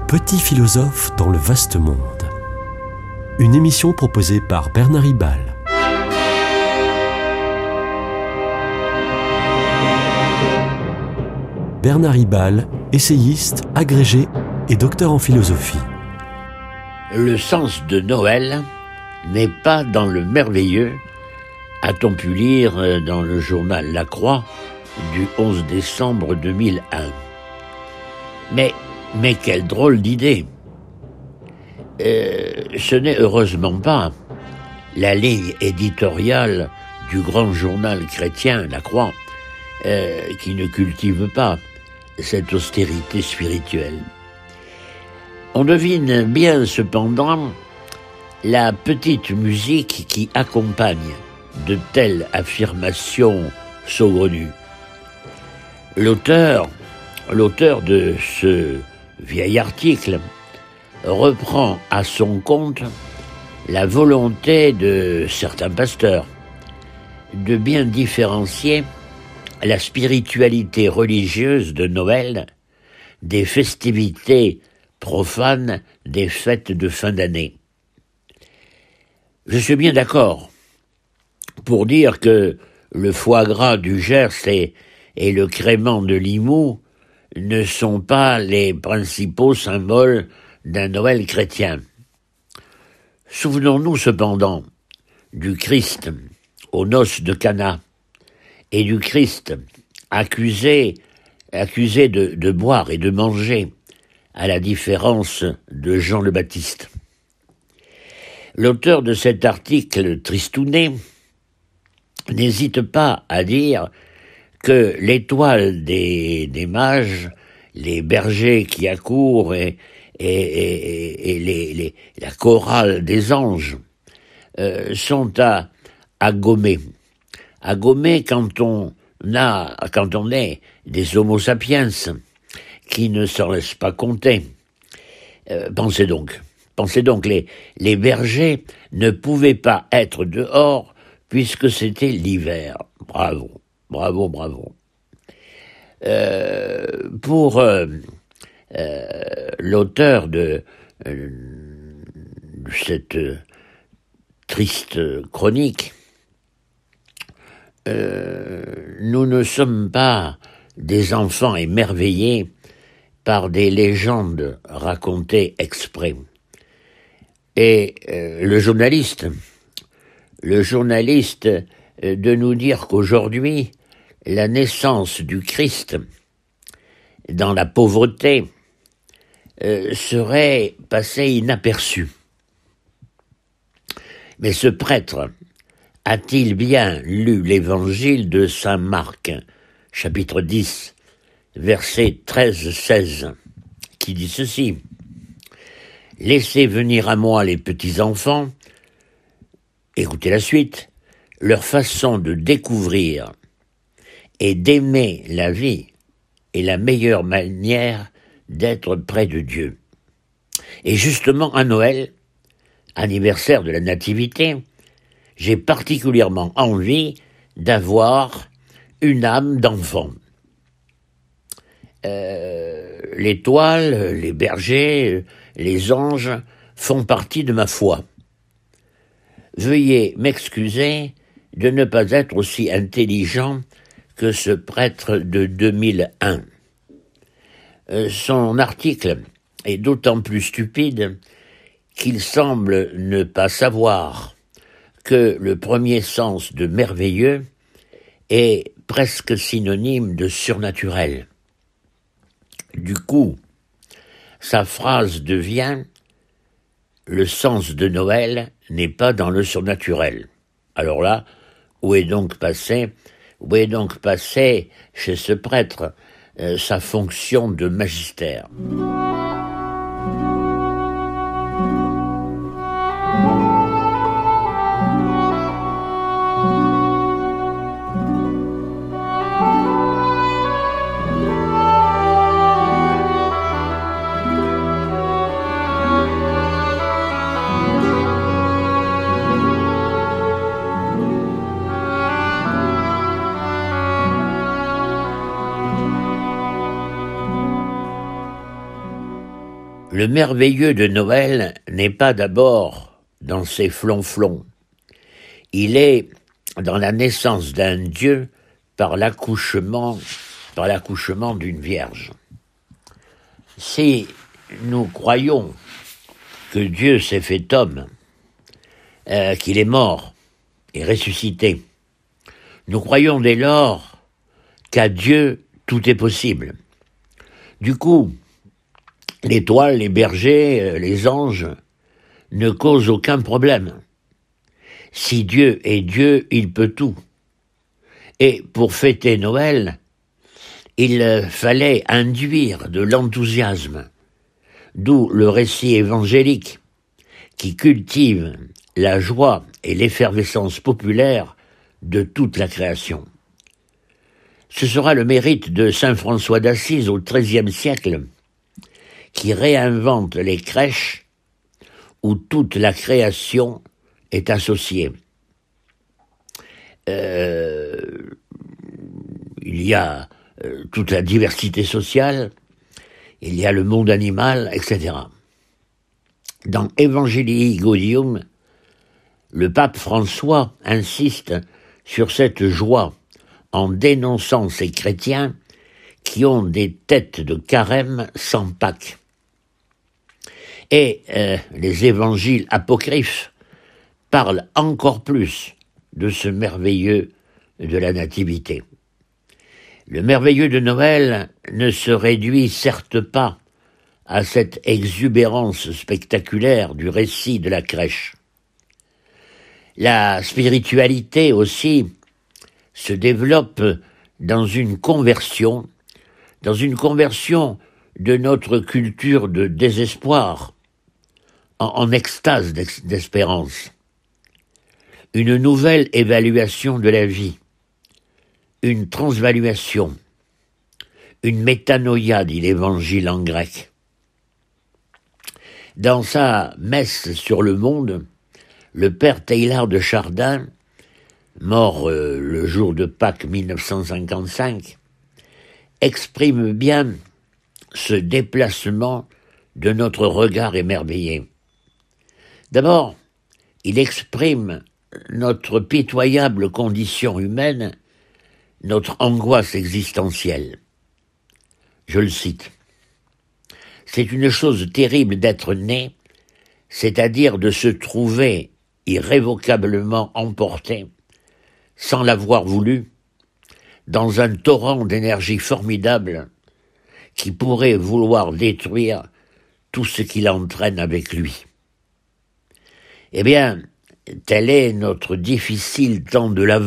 Petit philosophe dans le vaste monde. Une émission proposée par Bernard Ribal. Bernard Ribal, essayiste, agrégé et docteur en philosophie. Le sens de Noël n'est pas dans le merveilleux, a-t-on pu lire dans le journal La Croix du 11 décembre 2001. Mais quelle drôle d'idée! Ce n'est heureusement pas la ligne éditoriale du grand journal chrétien, La Croix, qui ne cultive pas cette austérité spirituelle. On devine bien cependant la petite musique qui accompagne de telles affirmations saugrenues. L'auteur de ce vieil article reprend à son compte la volonté de certains pasteurs de bien différencier la spiritualité religieuse de Noël des festivités profanes des fêtes de fin d'année. Je suis bien d'accord pour dire que le foie gras du Gers et le crément de Limoux ne sont pas les principaux symboles d'un Noël chrétien. Souvenons-nous cependant du Christ aux noces de Cana et du Christ accusé de boire et de manger, à la différence de Jean le Baptiste. L'auteur de cet article tristouné n'hésite pas à dire que l'étoile des mages, les bergers qui accourent et la chorale des anges sont à gommer. À gommer quand on est des homo sapiens qui ne s'en laissent pas compter. Pensez donc, les bergers ne pouvaient pas être dehors puisque c'était l'hiver. Bravo. Pour l'auteur de cette triste chronique, nous ne sommes pas des enfants émerveillés par des légendes racontées exprès. Et le journaliste de nous dire qu'aujourd'hui, la naissance du Christ dans la pauvreté serait passée inaperçue. Mais ce prêtre a-t-il bien lu l'évangile de saint Marc, chapitre 10, versets 13-16, qui dit ceci: « Laissez venir à moi les petits enfants, écoutez la suite, leur façon de découvrir et d'aimer la vie est la meilleure manière d'être près de Dieu. » Et justement à Noël, anniversaire de la Nativité, j'ai particulièrement envie d'avoir une âme d'enfant. L'étoile, les bergers, les anges font partie de ma foi. Veuillez m'excuser de ne pas être aussi intelligent que ce prêtre de 2001. Son article est d'autant plus stupide qu'il semble ne pas savoir que le premier sens de merveilleux est presque synonyme de surnaturel. Du coup, sa phrase devient « Le sens de Noël n'est pas dans le surnaturel ». Alors là, où est donc passé chez ce prêtre sa fonction de magistère? Le merveilleux de Noël n'est pas d'abord dans ses flonflons. Il est dans la naissance d'un Dieu par l'accouchement d'une Vierge. Si nous croyons que Dieu s'est fait homme, qu'il est mort et ressuscité, nous croyons dès lors qu'à Dieu tout est possible. Du coup, l'étoile, les bergers, les anges ne causent aucun problème. Si Dieu est Dieu, il peut tout. Et pour fêter Noël, il fallait induire de l'enthousiasme, d'où le récit évangélique qui cultive la joie et l'effervescence populaire de toute la création. Ce sera le mérite de saint François d'Assise au XIIIe siècle, qui réinvente les crèches où toute la création est associée. Il y a toute la diversité sociale, il y a le monde animal, etc. Dans Evangelii Gaudium, le pape François insiste sur cette joie en dénonçant ces chrétiens qui ont des têtes de carême sans Pâques. Et les évangiles apocryphes parlent encore plus de ce merveilleux de la Nativité. Le merveilleux de Noël ne se réduit certes pas à cette exubérance spectaculaire du récit de la crèche. La spiritualité aussi se développe dans une conversion de notre culture de désespoir en extase d'espérance. Une nouvelle évaluation de la vie, une transvaluation, une métanoïa, dit l'Évangile en grec. Dans sa messe sur le monde, le père Teilhard de Chardin, mort le jour de Pâques 1955, exprime bien ce déplacement de notre regard émerveillé. D'abord, il exprime notre pitoyable condition humaine, notre angoisse existentielle. Je le cite. « C'est une chose terrible d'être né, c'est-à-dire de se trouver irrévocablement emporté, sans l'avoir voulu, dans un torrent d'énergie formidable qui pourrait vouloir détruire tout ce qu'il entraîne avec lui. Eh bien, tel est notre difficile temps de l'Avent. »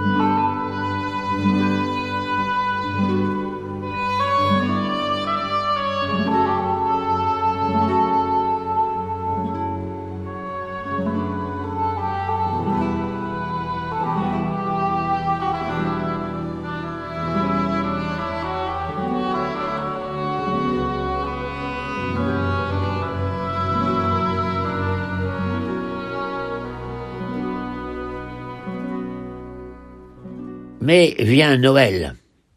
Mais vient Noël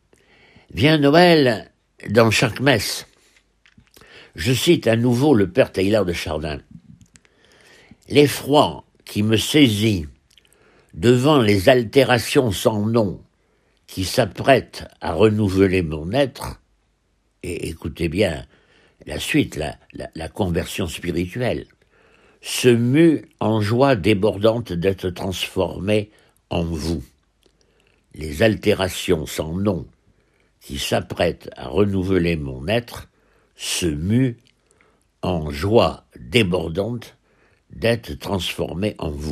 dans chaque messe. Je cite à nouveau le père Teilhard de Chardin. « L'effroi qui me saisit devant les altérations sans nom qui s'apprêtent à renouveler mon être, et écoutez bien la suite, la conversion spirituelle, se mue en joie débordante d'être transformé en vous. Les altérations sans nom qui s'apprêtent à renouveler mon être se muent en joie débordante d'être transformé en vous. »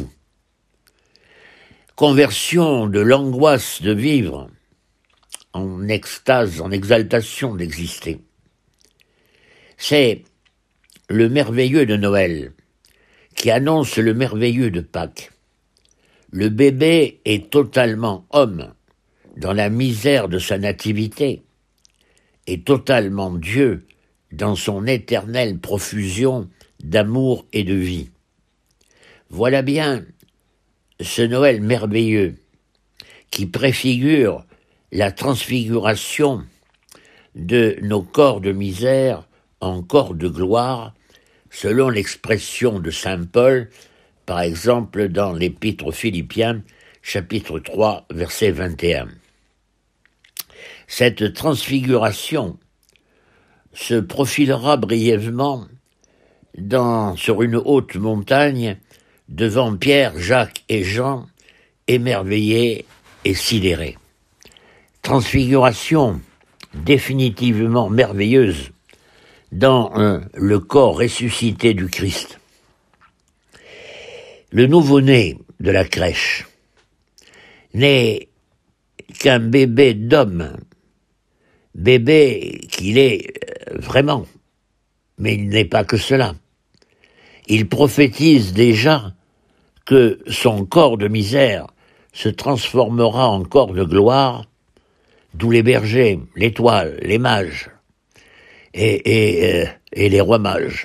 Conversion de l'angoisse de vivre en extase, en exaltation d'exister. C'est le merveilleux de Noël qui annonce le merveilleux de Pâques. Le bébé est totalement homme dans la misère de sa nativité et totalement Dieu dans son éternelle profusion d'amour et de vie. Voilà bien ce Noël merveilleux qui préfigure la transfiguration de nos corps de misère en corps de gloire, selon l'expression de saint Paul, par exemple dans l'Épître aux Philippiens, chapitre 3, verset 21. Cette transfiguration se profilera brièvement sur une haute montagne devant Pierre, Jacques et Jean, émerveillés et sidérés. Transfiguration définitivement merveilleuse dans le corps ressuscité du Christ. Le nouveau-né de la crèche n'est qu'un bébé d'homme, bébé qu'il est vraiment, mais il n'est pas que cela. Il prophétise déjà que son corps de misère se transformera en corps de gloire, d'où les bergers, l'étoile, les mages et les rois mages.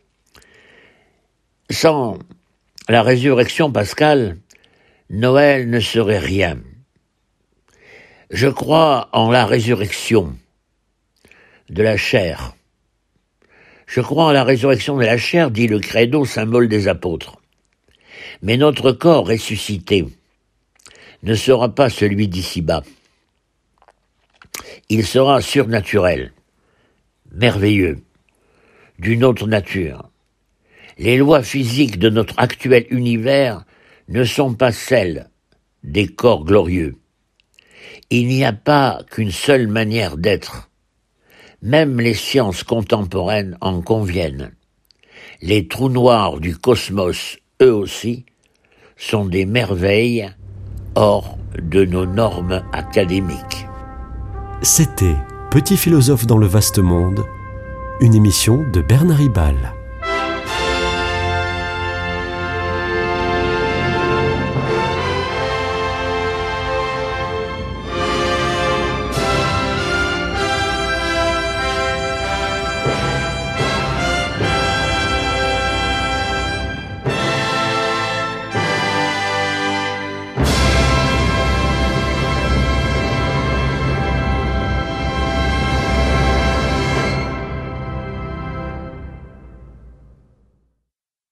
Sans la résurrection pascale, Noël ne serait rien. Je crois en la résurrection de la chair. Je crois en la résurrection de la chair, dit le credo, symbole des apôtres. Mais notre corps ressuscité ne sera pas celui d'ici-bas. Il sera surnaturel, merveilleux, d'une autre nature. Les lois physiques de notre actuel univers ne sont pas celles des corps glorieux. Il n'y a pas qu'une seule manière d'être. Même les sciences contemporaines en conviennent. Les trous noirs du cosmos, eux aussi, sont des merveilles hors de nos normes académiques. C'était Petit philosophe dans le vaste monde, une émission de Bernard Ribal.